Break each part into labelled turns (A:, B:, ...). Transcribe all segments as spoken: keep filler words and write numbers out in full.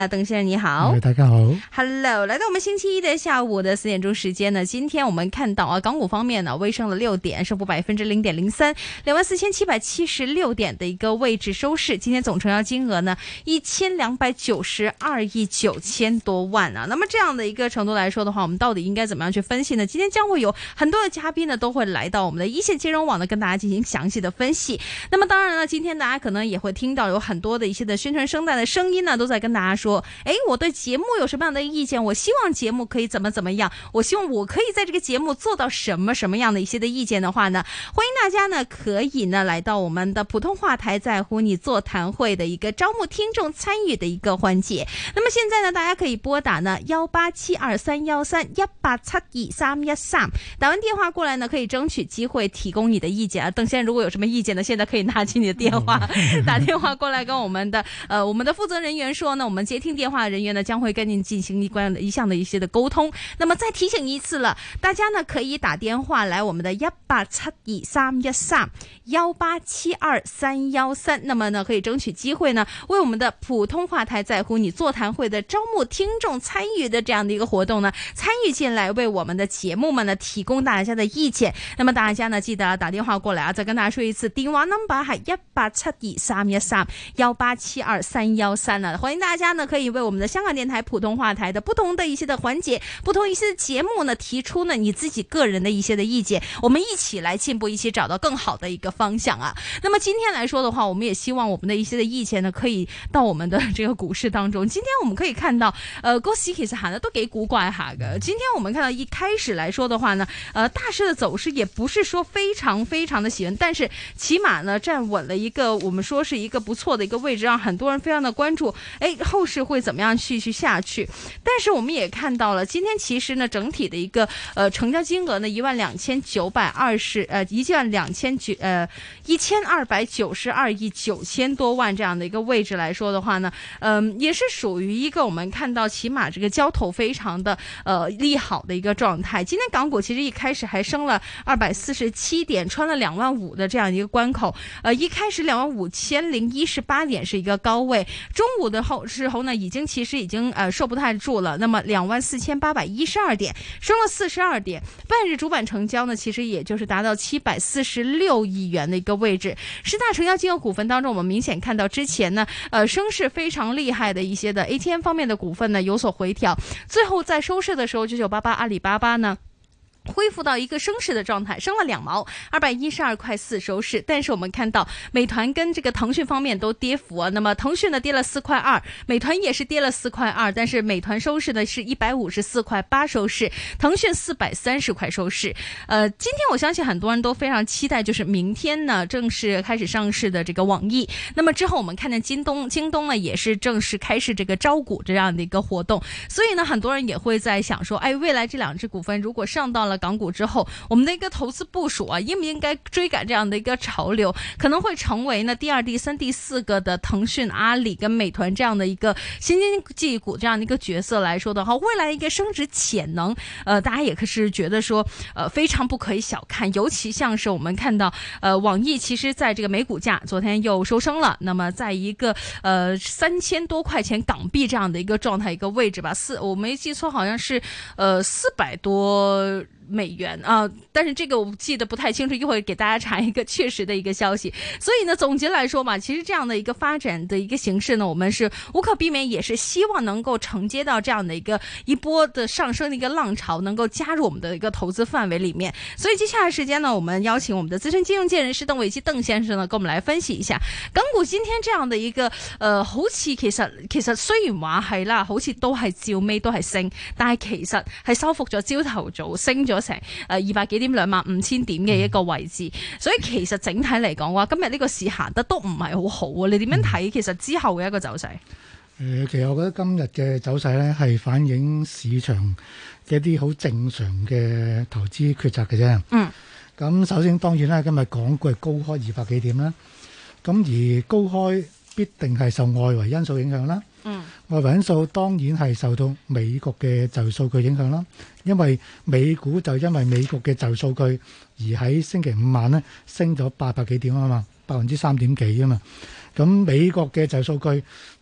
A: 邓先生你好，
B: 大家好
A: ，Hello， 来到我们星期一的下午的四点钟时间呢，今天我们看到啊，港股方面呢微升了六点，升幅百分之零点零三，两万四千七百七十六点的一个位置收市。今天总成交金额呢一千两百九十二亿九千多万啊。那么这样的一个程度来说的话，我们到底应该怎么样去分析呢？今天将会有很多的嘉宾呢都会来到我们的一线金融网呢，跟大家进行详细的分析。那么当然了，今天大家可能也会听到有很多的一些的宣传声带的声音呢，都在跟大家说。诶，我对节目有什么样的意见？我希望节目可以怎么怎么样？我希望我可以在这个节目做到什么什么样的一些的意见的话呢？欢迎大家呢可以呢来到我们的普通话台在乎你座谈会的一个招募听众参与的一个环节。那么现在呢，大家可以拨打呢幺八七二三幺三一八七二三一三，打完电话过来呢，可以争取机会提供你的意见啊。邓先生如果有什么意见呢，现在可以拿起你的电话，打电话过来跟我们的呃我们的负责人员说呢，我们接听电话人员呢将会跟您进行一关一项的一些的沟通。那么再提醒一次了，大家呢可以打电话来我们的一八七二三一三幺八七二三幺三，那么呢可以争取机会呢为我们的普通话台在乎你座谈会的招募听众参与的这样的一个活动呢参与进来，为我们的节目们呢提供大家的意见。那么大家呢记得打电話過嚟啊，再跟大家說一次，電話 number 係一八七二三一三幺八七二三幺三啊，歡迎大家呢可以為我們的香港電台普通話台的不同的一些的環節、不同一些的節目呢提出呢你自己個人的一些的意見，我們一起來進步，一起找到更好的一個方向啊。那麼今天來說的話，我們也希望我們的一些的意見呢可以到我們的這個股市當中。今天我們可以看到，呃，個市其實行得都幾古怪下嘅。今天我們看到一開始來說的話呢，呃，大市的走勢也不是說非常非常的喜歡，但是起碼呢站穩了一個我們說是一個不錯的一個位置，讓很多人非常的關注，哎，後市會怎麼樣繼續下去。但是我們也看到了，今天其實呢整體的一個呃成交金額呢一萬兩千九百二十呃一萬兩千九呃一千二百九十二億九千多萬這樣的一個位置來說的話呢，嗯、呃，也是屬於一個我們看到起碼這個交投非常的呃利好的一個狀態。今天港股其實一開始還升了二百四十七點，穿了兩萬五的這樣一個關口，呃一開始兩萬五千零一十八點是一個高位，中午的後時候呢已經其實已經呃受不太住了，那麼兩萬四千八百一十二點升了四十二點，半日主板成交呢其實也就是達到七百四十六億元的一個位置。十大成交金額股份當中，我們明顯看到之前呢呃升勢非常厲害的一些的 A T M 方面的股份呢有所回調，最後在收市的時候九九八八阿里巴巴呢恢復到一個升勢的狀態，升了兩毛，二百一十二塊四收市。但是我們看到美團跟這個騰訊方面都跌幅啊，那麼騰訊呢跌了四塊二，美團也是跌了四塊二，但是美團收市呢是一百五十四塊八收市，騰訊四百三十塊收市。呃，今天我相信很多人都非常期待，就是明天呢正式開始上市的這個網易。那麼之後我們看見京東，京東呢也是正式開始這個招股這樣的一個活動，所以呢很多人也會在想說，哎，未來這兩隻股份如果上到了港股之後，我們的一個投資部署啊，應不應該追趕這樣的一個潮流，可能會成為呢第二、第三、第四個的騰訊、阿里跟美團這樣的一個新經濟股這樣的一個角色來說的話，未來的一個升值潛能，呃，大家也可是覺得說，呃，非常不可以小看。尤其像是我們看到，呃，網易其實在這個美股價昨天又收升了，那麼在一個呃三千多塊錢港幣這樣的一個狀態一個位置吧，四我沒記錯好像是呃四百多美元啊，但是這個我記得不太清楚，一會兒給大家查一個確實的一個消息。所以呢，總結來說嘛，其實這樣的一個發展的一個形式呢，我們是無可避免，也是希望能夠承接到這樣的一個一波的上升的一個浪潮，能夠加入我們的一個投資範圍裡面。所以接下來時間呢，我們邀請我們的資深金融界人士鄧偉基鄧先生呢，跟我們來分析一下港股今天這樣的一個，呃，好似其實其實雖然話係啦，好似都係照尾都係升，但係其實係收復咗朝頭早升咗成誒二百幾點兩萬五千點嘅一個位置，所以其實整體嚟講話，今日呢個市行得都唔係好好啊！你點樣睇？其實之後嘅一個走勢？誒、
B: 呃，其實我覺得今日嘅走勢咧係反映市場嘅一啲好正常嘅投資抉擇嘅啫。嗯。咁首先當然啦，今日港股係高開二百幾點啦，咁而高開必定係受外圍因素影響啦。嗯，外圍因素當然係受到美國嘅就業數據影響啦，因為美股就因為美國嘅就業數據而喺星期五晚咧升咗八百幾點啊嘛，百分之三點幾啊嘛。咁美國嘅就業數據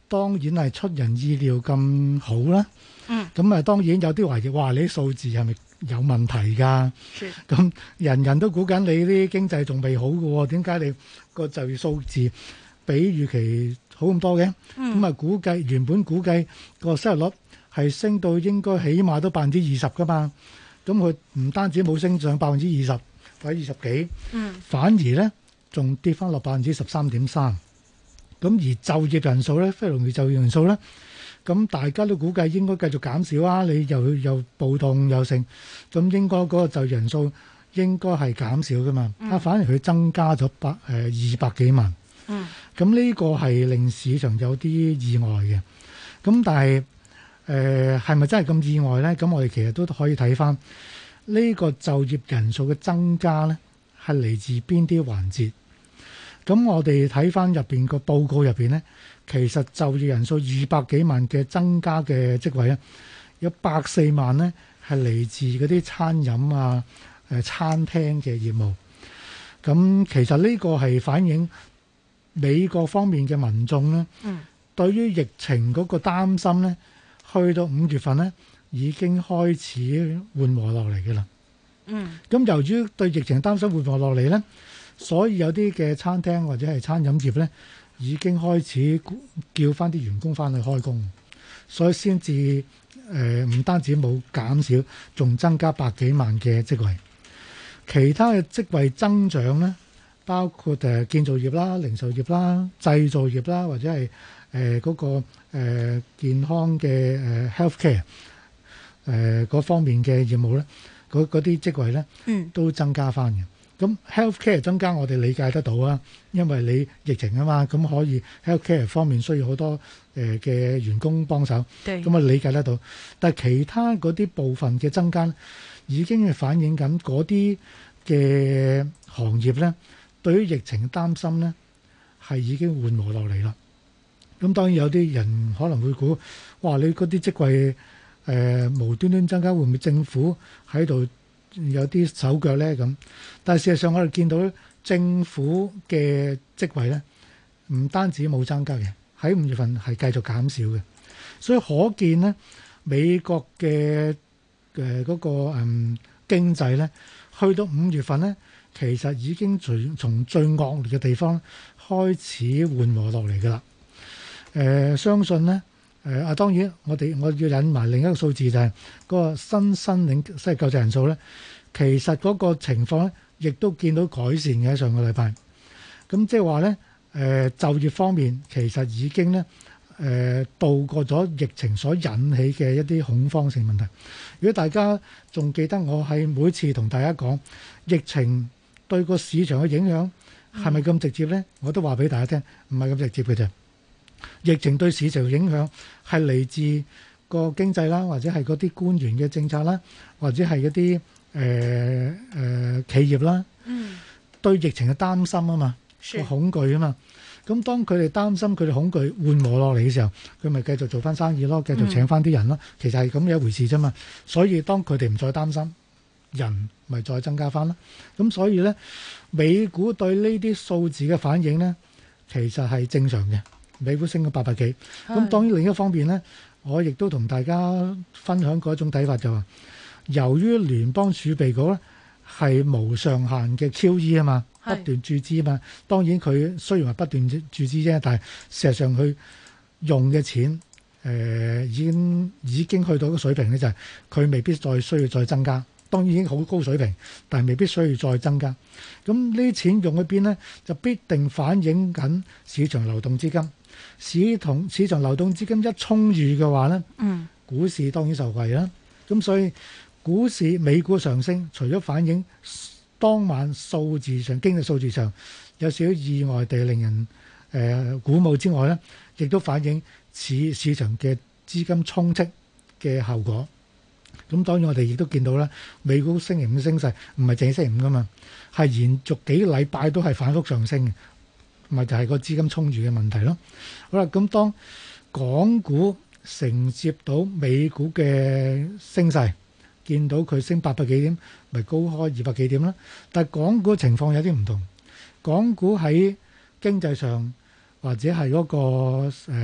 B: 當然係出人意料咁好啦。嗯，咁啊當然有啲懷疑，哇！你啲數字係咪有問題㗎？咁人人都估緊你啲經濟仲未好嘅喎，點解你個就業數字比預期好咁多嘅？咁、嗯、啊估計原本估計個失業率係升到應該起碼都百分之二十㗎嘛。咁佢唔單止冇升上百分之二十或者二十幾，嗯，反而咧仲跌翻落百分之十三點三。咁而就業人數咧，非農業就業人數咧，咁大家都估計應該繼續減少啊！你又又暴動又成，咁應該嗰個就業人數應該係減少噶嘛？啊、嗯，反而佢增加咗百誒二百幾萬。嗯，咁呢個係令市場有啲意外嘅。咁但係誒係咪真係咁意外咧？咁我哋其實都可以睇翻呢個就業人數嘅增加咧，係嚟自邊啲環節？咁我哋睇翻入邊個報告入邊咧，其實就業人數二百幾萬嘅增加嘅職位咧，有百四萬咧係嚟自嗰啲餐飲啊、誒餐廳嘅業務。咁其實呢個係反映美國方面嘅民眾咧，嗯，對於疫情嗰個擔心咧，去到五月份咧已經開始緩和落嚟嘅啦。嗯，咁由於對疫情擔心緩和落嚟咧，所以有啲嘅餐廳或者係餐飲業咧，已經開始叫翻啲員工翻去開工，所以先至誒唔單止冇減少，仲增加百幾萬嘅職位。其他嘅職位增長咧，包括誒建造業啦、零售業啦、製造業啦，或者係誒嗰個、呃、健康嘅誒 healthcare 誒嗰方面嘅業務咧，嗰嗰啲職位咧，嗯，都增加翻嘅。咁 healthcare 增加我哋理解得到啊，因為你疫情啊嘛，咁可以 healthcare 方面需要好多誒嘅員工幫手，咁我理解得到。但係其他嗰啲部分嘅增加已經係反映緊嗰啲嘅行業咧，對於疫情擔心咧係已經緩和落嚟啦。咁當然有啲人可能會估，哇！你嗰啲職位誒、呃、無端端增加，會唔會政府喺度有啲手腳咧咁？但係事實上我哋見到政府嘅職位咧，唔單止冇增加嘅，喺五月份係繼續減少嘅。所以可見咧，美國嘅誒嗰個嗯經濟咧，去到五月份咧，其實已經從從最惡劣嘅地方開始緩和落嚟㗎啦。誒、呃，相信咧誒啊，當然我哋我要引埋另一個數字，就係嗰個新申領失業救濟人數咧。其實嗰個情況咧，亦都見到改善嘅。上個禮拜，咁即係話咧，誒就業方面其實已經咧誒渡過咗疫情所引起嘅一啲恐慌性問題。如果大家仲記得我喺每次同大家講疫情對個市場嘅影響係咪咁直接咧？嗯、我都話俾大家聽，唔係咁直接嘅啫。疫情對市場嘅影響係嚟自個經濟啦，或者係嗰啲官員嘅政策啦，或者係一啲誒誒企業啦，嗯，對疫情嘅擔心啊嘛，個恐懼啊嘛，咁當佢哋擔心佢哋恐懼緩和落嚟嘅時候，佢咪繼續做翻生意咯，繼續請翻啲人咯，嗯、其實係咁樣一回事啫嘛。所以當佢哋唔再擔心，人咪再增加翻啦。咁所以咧，美股對呢啲數字嘅反應咧，其實係正常嘅。美股升咗八百幾，咁當然另一方面咧，我亦都同大家分享過一種睇法，就話。由於聯邦儲備局咧係無上限嘅 Q E 啊嘛，不斷注資啊嘛。當然佢雖然話不斷注資啫，但係事實上佢用嘅錢誒、呃、已經已經去到個水平咧，就係佢未必再需要再增加。當然已經好高水平，但係未必需要再增加。咁呢啲錢用喺邊咧，就必定反映緊市場流動資金。市同市場流動資金一充裕嘅話咧，嗯，股市當然受惠啦。咁所以股市美股上升，除咗反映當晚數字上經濟數字上有少少意外地令人誒、呃、鼓舞之外咧，亦都反映市市場嘅資金充斥嘅後果。咁當然我哋亦都見到啦，美股星期五升勢唔係淨係星期五噶嘛，係延續幾個禮拜都係反覆上升嘅，咪就係、是、個資金充裕嘅問題咯。好啦，咁當港股承接到美股嘅升勢，見到佢升八百幾點，咪高開二百幾點啦。但係港股情況有啲唔同，港股喺經濟上或者係嗰個誒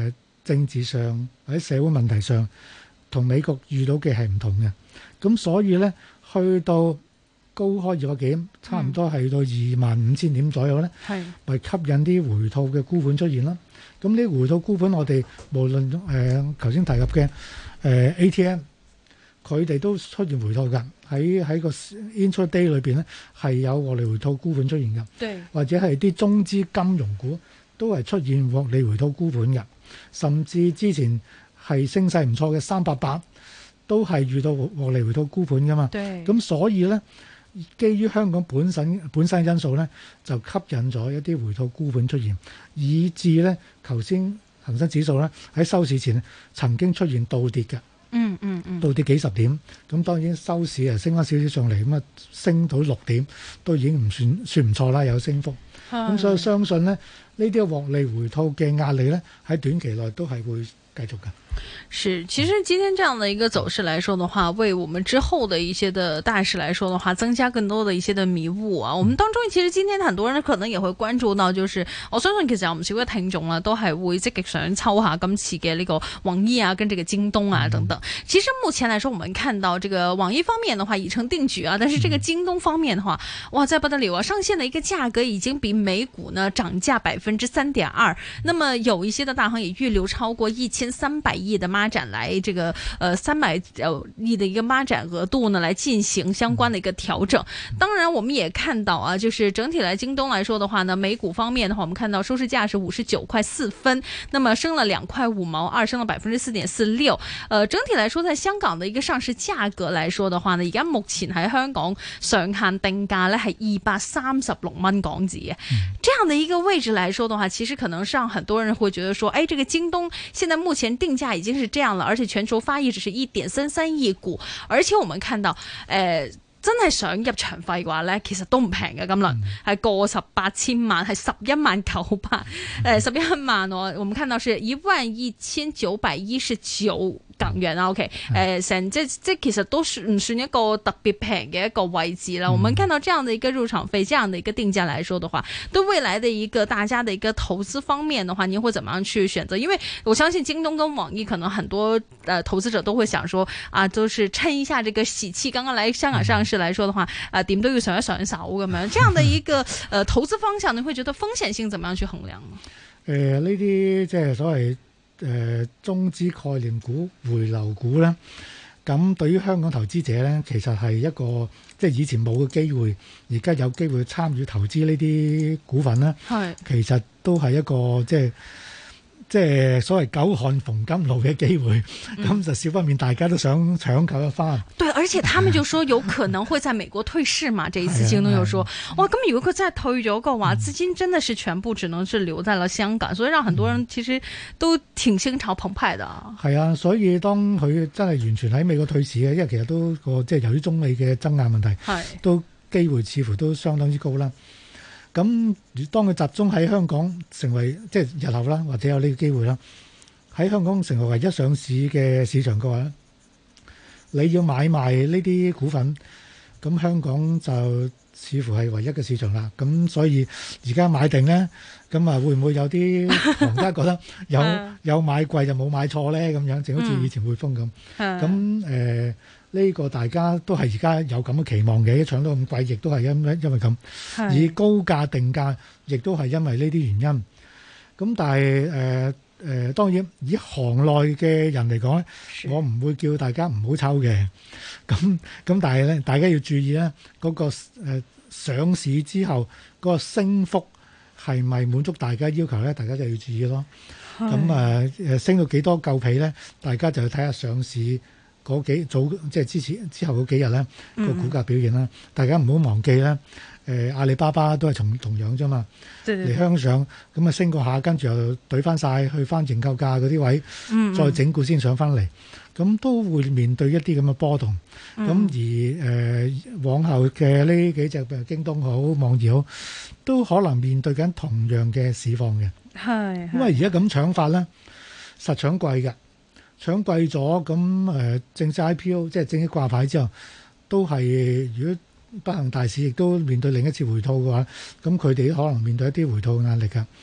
B: 政治上或者社會問題上，同美國遇到嘅係唔同嘅。咁所以咧，去到高開二百幾，差唔多係到二萬五千點左右咧，係咪吸引啲回吐嘅沽盤出現啦？咁呢回吐沽盤，我哋無論誒頭先提及嘅誒、呃、A T M， 佢哋都出現回吐㗎。喺喺個 intraday 裏邊咧，係有獲利回吐沽盤出現㗎。對，或者係啲中資金融股都係出現獲利回吐沽盤㗎。甚至之前係升勢唔錯嘅三百八，都係遇到獲利回吐沽盤㗎嘛。對，咁所以咧。基於香港本身本身因素咧，就吸引咗一啲回吐沽盤出現，以致咧頭先恒生指數咧喺收市前曾經出現倒跌嘅，嗯嗯嗯，倒跌幾十點。咁當然收市啊升翻少少上嚟，咁啊升到六點，都已經唔算算唔錯啦，有升幅。咁所以相信咧呢啲獲利回吐嘅壓力咧喺短期內都係會繼續嘅。
A: 是，其實今天這樣的一個走勢來說的話，為我們之後的一些的大勢來說的話，增加更多的一些的迷霧啊。我們當中其實今天很多人可能也會關注到，就是我相信其實有唔少嘅聽眾啊，都係會積極想抽下今次嘅呢個網易啊，跟這個京東啊等等。其實目前來說，我們看到這個網易方面的話已成定局啊，但是這個京東方面的話，哇，再不得了啊！上線的一個價格已經比美股呢漲價百分之三點二，那麼有一些的大行也預留超過一千三百億的孖展來這個呃三百億的一個孖展額度呢，來進行相關的一個調整。當然，我們也看到啊，就是整體來京東來說的話呢，美股方面的話，我們看到收市價是五十九塊四分，那麼升了兩塊五毛二，升了百分之四點四六。呃，整體來說，在香港的一個上市價格來說的話呢，而家目前喺香港上限定價呢係二百三十六蚊港紙，這樣的一個位置來說的話，其實可能是讓很多人會覺得說，哎，這個京東現在目前定價已經是這樣了，而且全球發溢只是一點三三億股，而且我們看到，呃，真係想入場費嘅話呢，其實都唔平嘅，今輪係過十八千萬，係十一萬九百，誒十一萬哦，我們看到是一萬一千九百一十九港元啊 ，OK， 誒成即即其實都算唔算一個特別平嘅一個位置啦。我們看到這樣的一個入場費，這樣的一個定價來說的話，對未來的一個大家的一個投資方面的話，您會怎麼樣去選擇？因為我相信京東跟網易可能很多呃投資者都會想說啊，都是趁一下這個喜氣，剛剛來香港上市來說的話，啊點都要上一上手咁樣。這樣的一個呃投資方向，你會覺得風險性怎麼樣去衡量呢？
B: 誒呢啲即係所謂。誒、呃、中資概念股、回流股咧，咁對於香港投資者咧，其實係一個即係以前冇嘅機會，而家有機會參與投資呢啲股份咧，係其實都係一個即係即係所謂久旱逢甘露嘅機會，咁、嗯、就少不免大家都想搶購一番。對，而且他們就說有可能會在美國退市嘛，這一次京東又說，哇，咁如果佢真係退咗嘅話，資金真的是全部只能是留在了香港，所以讓很多人其實都挺心潮澎湃的。係啊，所以當佢真係完全喺美國退市嘅，因為其實都個即係由於中美嘅爭拗問題，係都機會似乎都相當之高啦。咁當佢集中喺香港成為即係日後啦，或者有呢個機會啦，喺香港成為唯一上市嘅市場嘅話，你要買賣呢啲股份，咁香港就似乎係唯一嘅市場啦。咁所以而家買定咧，咁啊會唔會有啲行家覺得有有買貴就冇買錯咧？咁樣正好似以前匯豐咁。咁誒。呢個大家都係而家有咁嘅期望嘅，一搶到咁貴，亦都係因因為咁，以高價定價，亦都係因為呢啲原因。咁但係誒誒，當然以行內嘅人嚟講咧，我唔會叫大家唔好抽嘅。咁咁，但係咧，大家要注意咧，嗰個誒上市之後嗰個升幅係咪滿足大家要求咧？大家就要注意咯。咁啊誒，升到幾多夠皮咧？大家就要睇下上市嗰幾早即係之前之後嗰幾日咧個股價表現啦，嗯、大家唔好忘記咧，誒、呃、阿里巴巴都係同同樣啫嘛，嚟香上咁啊升過下，跟住又懟翻晒去翻認購價嗰啲位，嗯、再整固先上翻嚟，咁都會面對一啲咁嘅波動。咁、嗯、而誒、呃、往後嘅呢幾隻譬如京東好、網易好，都可能面對緊同樣嘅市況嘅。係，因為而家咁搶法咧，實搶貴嘅。搶貴咗，咁誒正式 I P O 即係正式掛牌之後，都係如果不幸大市亦都面對另一次回吐嘅話，咁佢哋可能面對一啲回吐嘅壓力㗎。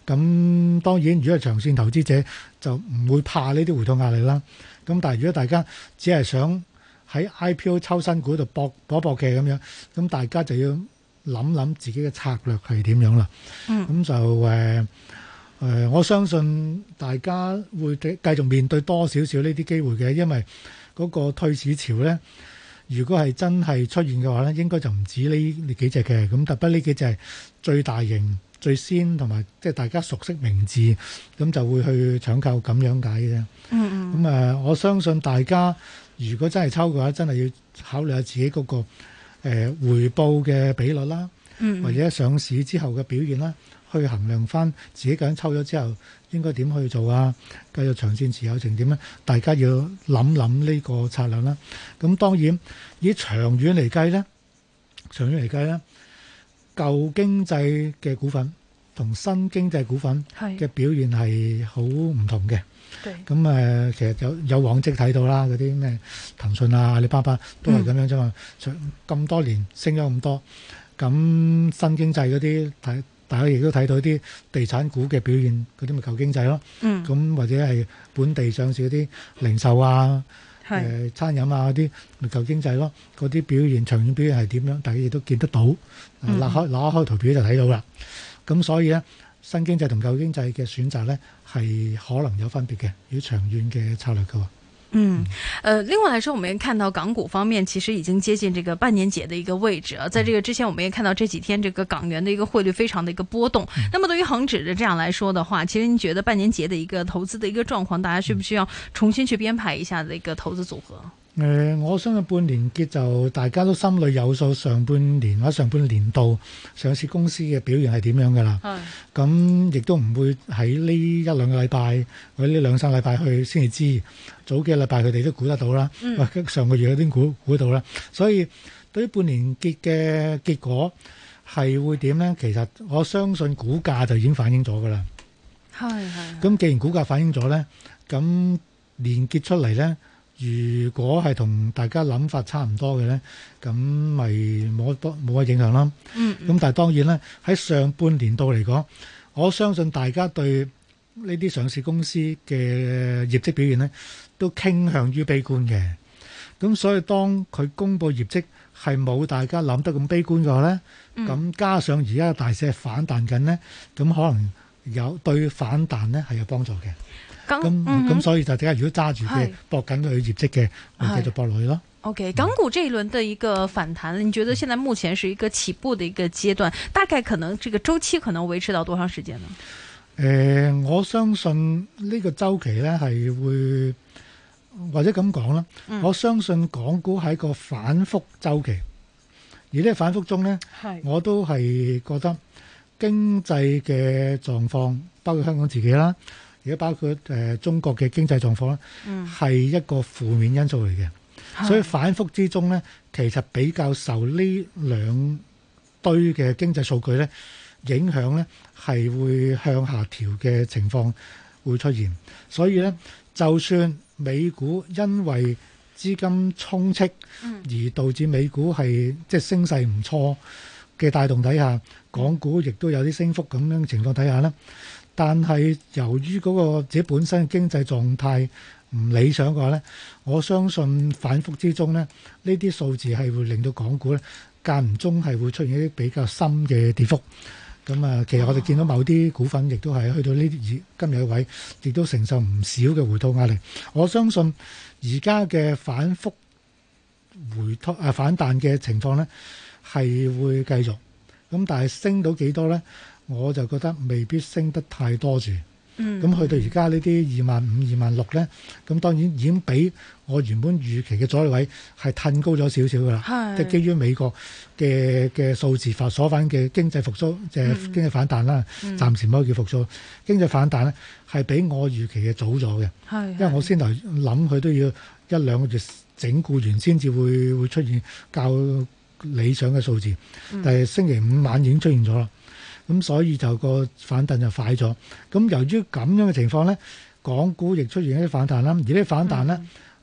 B: 咁當然，如果係長線投資者就唔會怕呢啲回吐壓力啦。咁但係如果大家只係想喺 I P O 抽新股度搏搏搏嘅咁樣，咁大家就要諗諗自己嘅策略係點樣啦。咁、嗯、就誒、呃呃、我相信大家會繼續面對多少少呢啲機會嘅，因為嗰個退市潮咧，如果係真係出現嘅話咧，應該就唔止呢呢幾隻嘅。咁特別呢幾隻係最大型、最先同埋即係大家熟悉名字，咁就會去搶購咁樣解嘅啫。嗯嗯。咁啊，我相信大家如果真係抽嘅話，真係要考慮下自己嗰個誒回報嘅比率啦，嗯嗯，或者上市之後嘅表現啦，去衡量翻自己究竟抽咗之後應該點去做啊，繼續長線持有成點咧？大家要諗諗呢個策略啦。咁當然以長遠嚟計咧，長遠嚟計咧，舊經濟嘅股份同新經濟股份嘅表現係好唔同嘅。咁誒、呃，其實有有往績睇到啦，嗰啲咩騰訊啊、阿里巴巴都係咁樣啫嘛。咁、嗯、多年升咗咁多，咁新經濟嗰啲睇。大家亦都睇到啲地產股嘅表現，嗰啲咪舊經濟咯。嗯。咁或者係本地上市嗰啲零售啊、誒、呃、餐飲啊嗰啲咪舊經濟咯。嗰啲表現長遠表現係點樣？大家亦都見得到。嗯。攞開攞開圖表就睇到啦。咁所以咧，新經濟同舊經濟嘅選擇咧係可能有分別嘅，如果長遠嘅策略嘅話。
A: 嗯，呃，另外來說，我們也看到港股方面其實已經接近這個半年節的一個位置啊。在這個之前，我們也看到這幾天這個港元的一個匯率非常的一個波動。嗯、那麼對於恒指的這樣來說的話，其實您覺得半年節的一個投資的一個狀況，大家需不需要重新去編排一下的一個投資組合？
B: 誒、呃，我相信半年結就大家都心裏有數，上半年或者上半年度上市公司嘅表現係點樣㗎啦。係。咁亦都唔會喺呢一兩個禮拜或者呢兩三個禮拜去先至知。早幾個禮拜佢哋都估得到啦。嗯。上個月嗰啲估估到啦。所以對於半年結嘅結果係會點咧？其實我相信股價就已經反映咗㗎啦。係係。咁既然股價反映咗咧，咁年結出嚟咧。如果係同大家諗法差唔多嘅咧，咁咪冇乜冇乜影響啦。嗯。咁但係當然咧，喺上半年度嚟講，我相信大家對呢啲上市公司嘅業績表現咧，都傾向於悲觀嘅。咁所以當佢公布業績係冇大家諗得咁悲觀嘅話咧，咁、嗯、加上而家嘅大市係反彈緊咧，咁可能有對反彈咧係有幫助嘅。咁咁、嗯、所以就大家如果揸住嘅搏緊佢業績嘅，咪繼續搏落去咯。
A: OK，港股這一輪的一個反彈，你覺得現在目前是一個起步的一個階段，大概可能這個週期可能維持到多長時間呢？
B: 誒、呃，我相信呢個週期咧係會，或者咁講啦，我相信港股係一個反覆週期，而呢個反覆中咧，我都係覺得經濟嘅狀況，包括香港自己啦。而家包括誒、呃、中國嘅經濟狀況咧，係、嗯、一個負面因素嚟嘅，所以反覆之中咧，其實比較受呢兩堆嘅經濟數據咧影響咧，係會向下調嘅情況會出現。所以咧，就算美股因為資金充斥而導致美股係即係升勢唔錯嘅帶動底下，港股亦都有啲升幅咁樣嘅情況底下咧。但係由於嗰個自己本身嘅經濟狀態唔理想嘅話咧，我相信反覆之中咧，呢啲數字係會令到港股咧間唔中係會出現一啲比較深嘅跌幅。咁啊，其實我哋見到某啲股份亦都係去到呢啲今日嘅位，亦都承受唔少嘅回吐壓力。我相信而家嘅反覆回吐啊反彈嘅情況咧係會繼續。咁但係升到幾多咧？我就覺得未必升得太多住，咁、嗯、去到而家呢啲二萬五、二萬六咧，咁當然已經比我原本預期嘅阻力位係褪高咗少少噶啦，即係基於美國嘅嘅數字發所反嘅經濟復甦，即、就、係、是、經濟反彈啦、嗯，暫時唔可以叫復甦，經濟反彈咧係比我預期嘅早咗嘅，因為我先頭諗佢都要一兩個月整固完先至會會出現較理想嘅數字，嗯、但係星期五晚已經出現咗啦。咁所以就個反彈就快咗。咁由於咁樣嘅情況咧，港股亦出現一啲反彈啦。而呢啲反彈咧，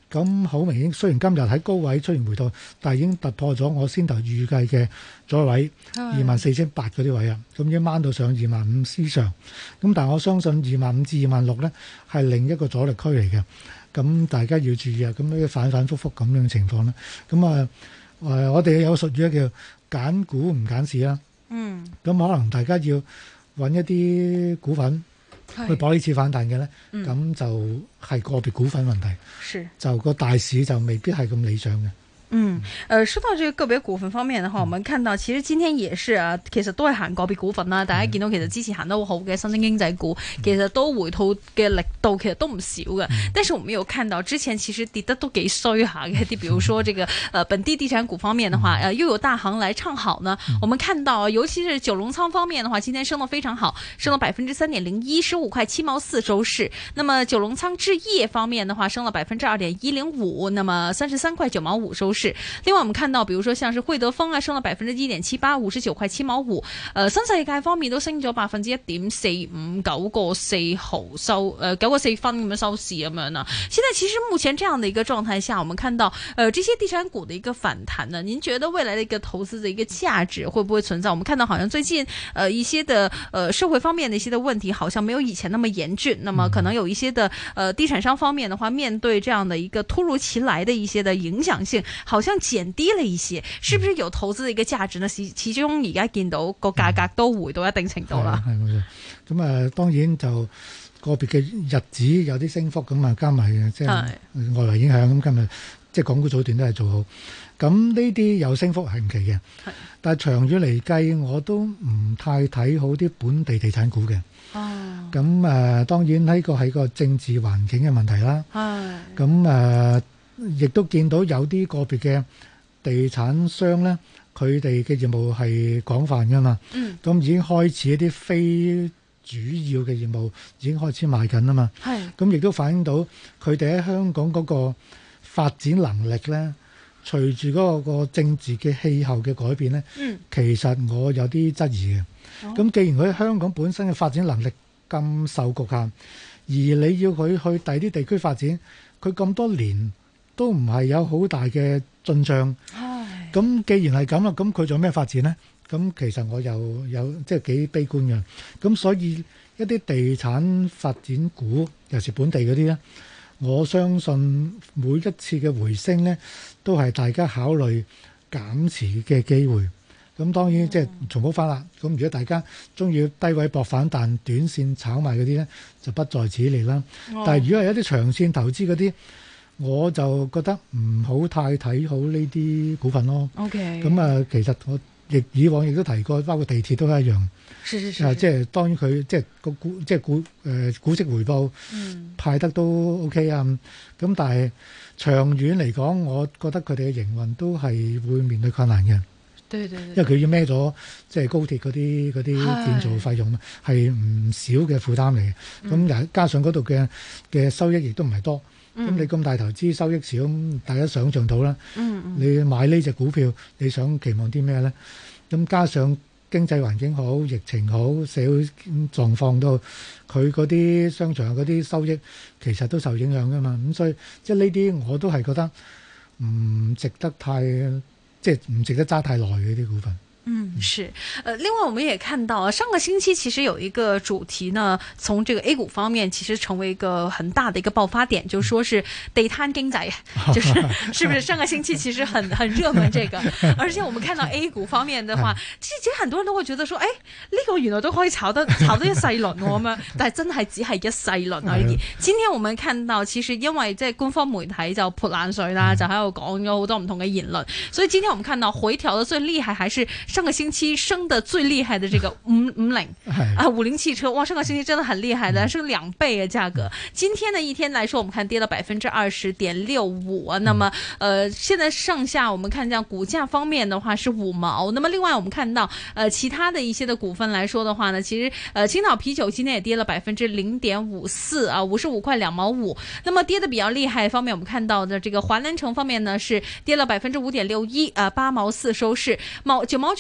B: 咁好明顯，雖然今日喺高位出現回吐，但係已經突破咗我先頭預計嘅阻力位二萬四千八嗰啲位啊，咁已經掹到上二萬五之上。咁但係我相信二萬五至二萬六咧係另一個阻力區嚟嘅，咁大家要注意啊！咁呢反反覆覆咁樣嘅情況啦，咁啊誒，我哋有術語叫揀股唔揀市啦。嗯，咁可能大家要揾一啲股份去搏呢次反彈嘅咧，咁、嗯、就係個別股份問題，是就個大市就未必係咁理想嘅。
A: 嗯，呃，說到這個個別股份方面的話，嗯、我們看到其實今天也是啊，其實都係行個別股份啦。大家見到其實之前行得好好嘅新興經濟股，嗯、其實都回吐嘅力度其實都唔少嘅。嗯、但是我們有看到之前其實跌得都幾衰下嘅，啲，比如說這個呃本地地產股方面的話，呃又有大行來唱好呢。嗯、我們看到尤其是九龍倉方面的話，今天升得非常好，升了百分之三點零一，十五塊七毛四收市。那麼九龍倉置業方面的話，升了百分之二點一零五，那麼三十三塊九毛五收市。另外我們看到，比如說像是匯德豐啊，升了百分之一點七八，五十九塊七毛五。呃，新世界方面都升咗百分之一點四五，九個四毫收，呃九個四分咁樣收市咁樣呢。現在其實目前這樣的一個狀態下，我們看到呃這些地產股的一個反彈呢，您覺得未來的一個投資的一個價值會不會存在？我們看到好像最近呃一些的呃社會方面的一些的問題，好像沒有以前那麼嚴峻。那麼可能有一些的呃地產商方面的話，面對這樣的一個突如其來的一些的影響性，好像減低了一些，是不是有投資的一個價值呢？始始終而家見到個價格都回到一定程度啦。係冇錯，咁啊、呃、當然就個別嘅日子有啲升幅，咁啊加埋即係外圍影響，咁今日即係港股早段都係做好。咁呢啲有升幅係唔奇嘅，但係長遠嚟計，我都唔太睇好啲本地地產股嘅。哦，咁誒、呃、當然呢個係個政治環境嘅問題啦。係，咁誒亦都見到有啲個別嘅地產商咧，佢哋嘅業務係廣泛噶嘛。嗯，咁已經開始一啲非主要嘅業務已經開始賣緊啦嘛。係，咁亦都反映到佢哋喺香港嗰個發展能力咧。隨住嗰個政治嘅氣候嘅改變咧，嗯、其實我有啲質疑嘅。咁、哦、既然佢喺香港本身嘅發展能力咁受局限，而你要佢去第啲地區發展，佢咁多年都唔係有好大嘅進帳。咁、哎、既然係咁啦，咁佢仲有咩發展呢？咁其實我又有即係幾悲觀嘅。咁所以一啲地產發展股，尤其是本地嗰啲咧，我相信每一次嘅回升咧，都係大家考慮減持嘅機會。咁當然即係重複翻啦。咁如果大家中意低位搏反彈、短線炒賣嗰啲咧，就不在此列啦。哦、但係如果係一啲長線投資嗰啲，我就覺得唔好太睇好呢啲股份咯。OK。咁啊，其實我亦以往亦都提過，包括地鐵都係一樣。是是是是啊，即係當然佢即係個股，即係股誒股息回報、嗯、派得都 OK 啊。咁但係長遠嚟講，我覺得佢哋嘅營運都係會面對困難嘅。對對對，因為佢要孭咗即係高鐵嗰啲嗰啲建造費用，係唔少嘅負擔嚟嘅。咁、嗯、加上嗰度嘅嘅收益亦都唔係多。咁、嗯、你咁大投資收益少，咁大家想象到啦。嗯嗯，你買呢隻股票，你想期望啲咩咧？咁加上經濟環境好，疫情好，社會狀況都好，佢嗰啲商場嗰啲收益其實都受影響噶嘛。咁所以即係呢啲我都係覺得唔值得太即係唔值得揸太耐嘅啲股份。嗯，是，呃，另外我們也看到啊，上個星期其實有一個主題呢，從這個 A 股方面其實成為一個很大的一個爆發點，就說是地攤經濟，就是是不是上個星期其實很很熱門這個，而且我們看到 A 股方面的話，其實很多人都會覺得說，誒，呢個原來都可以炒得炒得一世輪咁樣，但係真係只係一世輪啊呢啲。今天我們看到其實因為即係官方媒體就潑冷水啦，就喺度講咗好多唔同嘅言論，所以今天我們看到回調的最厲害還是上個星期升得最厲害的這個五五菱啊，五菱汽車，哇，上個星期真的很厲害的，升兩倍嘅價格。今天的一天來說，我們看跌了百分之二十點六五啊。那麼，呃，現在上下我們看這樣股價方面的話是五毛。那麼另外我們看到，呃，其他的一些的股份來說的話呢，其實呃青島啤酒今天也跌了百分之零點五四啊，五十五塊兩毛五。那麼跌得比較厲害方面，我們看到的這個華南城方面呢是跌了百分之五點六一啊，八毛四收市，毛九毛九。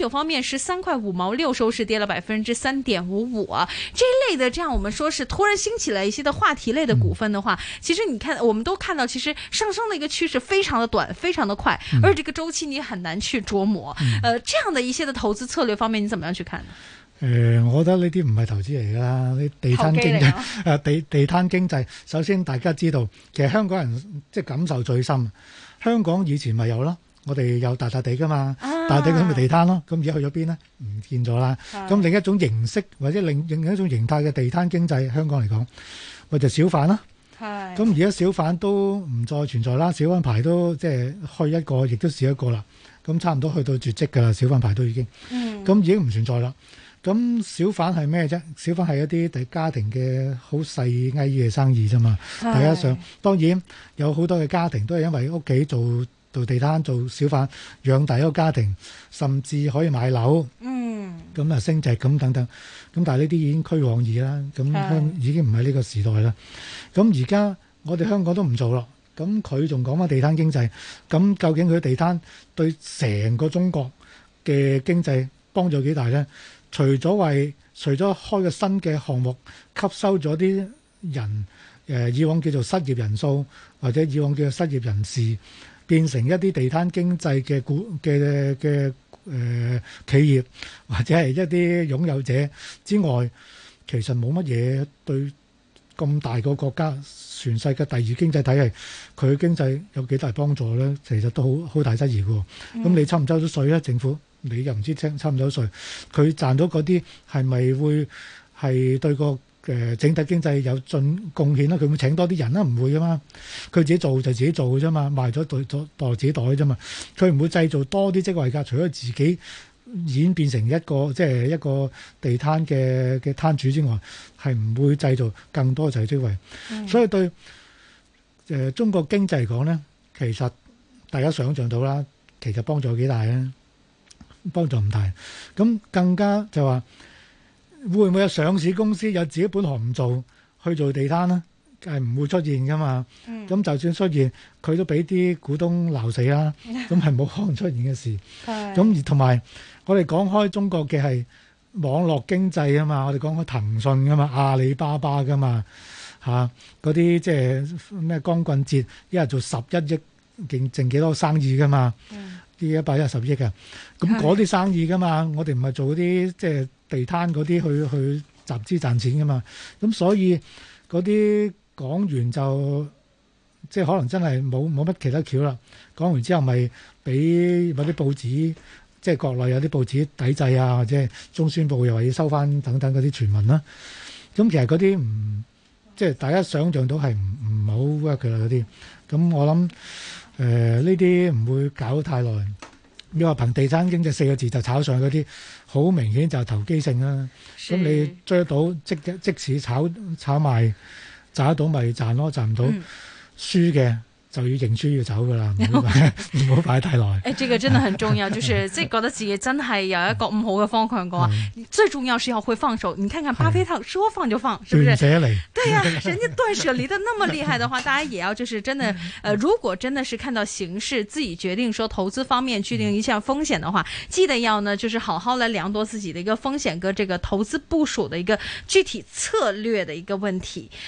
A: 九方面十三塊五毛六收市，跌了百分之三點五五啊。這一類的，這樣我們說是突然興起了一些的話題類的股份的話，嗯、其實你看，我們都看到，其實上升的一個趨勢非常的短，非常的快，嗯、而這個周期你很難去琢磨。嗯、呃，這樣的一些的投資策略方面，你怎麼樣去看呢？
B: 誒、呃，我覺得呢啲唔係投資嚟㗎啦，啲地攤經濟，誒地地攤經濟。首先大家知道，其實香港人即係感受最深。香港以前咪有咯，我哋有大笪地㗎嘛，啊、大笪地咁咪地攤咯。咁而家去咗邊呢？唔見咗啦。咁另一種形式或者另另一種形態嘅地攤經濟，香港嚟講，咪就小販啦。咁而家小販都唔再存在啦，小販牌都即係開一個，亦都試一個啦。咁差唔多去到絕跡㗎啦，小販牌都已經。咁、嗯、已經唔存在啦。咁小販係咩啫？小販係一啲第家庭嘅好細埃嘅生意啫嘛。大家想，當然有好多嘅家庭都係因為屋企做做地攤做小販養大一個家庭，甚至可以買樓。嗯。咁啊升值咁等等。咁但係呢啲已經趨往矣啦。咁香已經唔係呢個時代啦。咁而家我哋香港都唔做咯。咁佢仲講翻地攤經濟。咁究竟佢地攤對成個中國嘅經濟幫助幾大咧？除咗為除咗開個新嘅項目，吸收咗啲人，誒、呃、以往叫做失業人數，或者以往叫做失業人士，變成一啲地攤經濟嘅股嘅嘅誒企業，或者係一啲擁有者之外，其實冇乜嘢對咁大個國家，全世界第二經濟體系，佢經濟有幾大幫助咧？其實都好好大質疑嘅。咁、嗯、你抽唔抽到稅咧？政府？你又唔知差差唔多稅，佢賺到嗰啲係咪會係對個誒、呃、整體經濟有進貢獻啦？佢會請多啲人啦？唔會噶嘛，佢自己做就自己做嘅啫嘛，賣咗袋袋袋自己袋啫嘛，佢唔會製造多啲職位㗎。除咗自己演變成一個即係一個地攤嘅嘅攤主之外，係唔會製造更多就係職位。嗯、所以對誒、呃、中國經濟嚟講咧，其實大家想象到啦，其實幫助幾大咧？幫助唔大，咁更加就話會唔會有上市公司有自己本行唔做去做地攤呢？係唔會出現噶嘛？咁、嗯、就算出現，佢都俾啲股東鬧死啦。咁係冇可能出現嘅事。咁而同埋我哋講開中國嘅係網絡經濟啊嘛，我哋講開騰訊噶嘛，阿里巴巴噶嘛，嚇嗰啲即係咩光棍節一日做十一億，淨淨幾多生意噶嘛？嗯啲一百一十億啊，咁嗰啲生意噶嘛，我哋唔係做嗰啲即係地攤嗰啲去去集資賺錢噶嘛，咁所以嗰啲講完就即係可能真係冇冇乜其他橋啦。講完之後咪俾某啲報紙，即係國內有啲報紙抵制啊，或者係中宣部又話要收翻等等嗰啲傳聞啦。咁其實嗰啲唔即係大家想象到係唔唔好 work 㗎啦嗰啲。咁我諗。誒呢啲唔會搞得太耐。你話憑地攤經濟四個字就炒上嗰啲，好明顯就係投機性啦。咁你追得到即即使炒炒賣賺得到咪賺咯，賺唔到、嗯、輸嘅就要認輸要走噶啦，唔好擺唔好擺太耐。誒、
A: 哎，這個真的很重要，就是即係覺得自己真係有一個唔好嘅方向嘅話，最重要是要會放手。你看看巴菲特說放就放，是不是？
B: 斷捨離。
A: 對呀、啊，人家斷捨離得那麼厲害的話，大家也要就是真的，呃，如果真的是看到形勢，自己決定說投資方面決定一下風險的話，記得要呢，就是好好來量度自己的一個風險跟這個投資部署的一個具體策略的一個問題。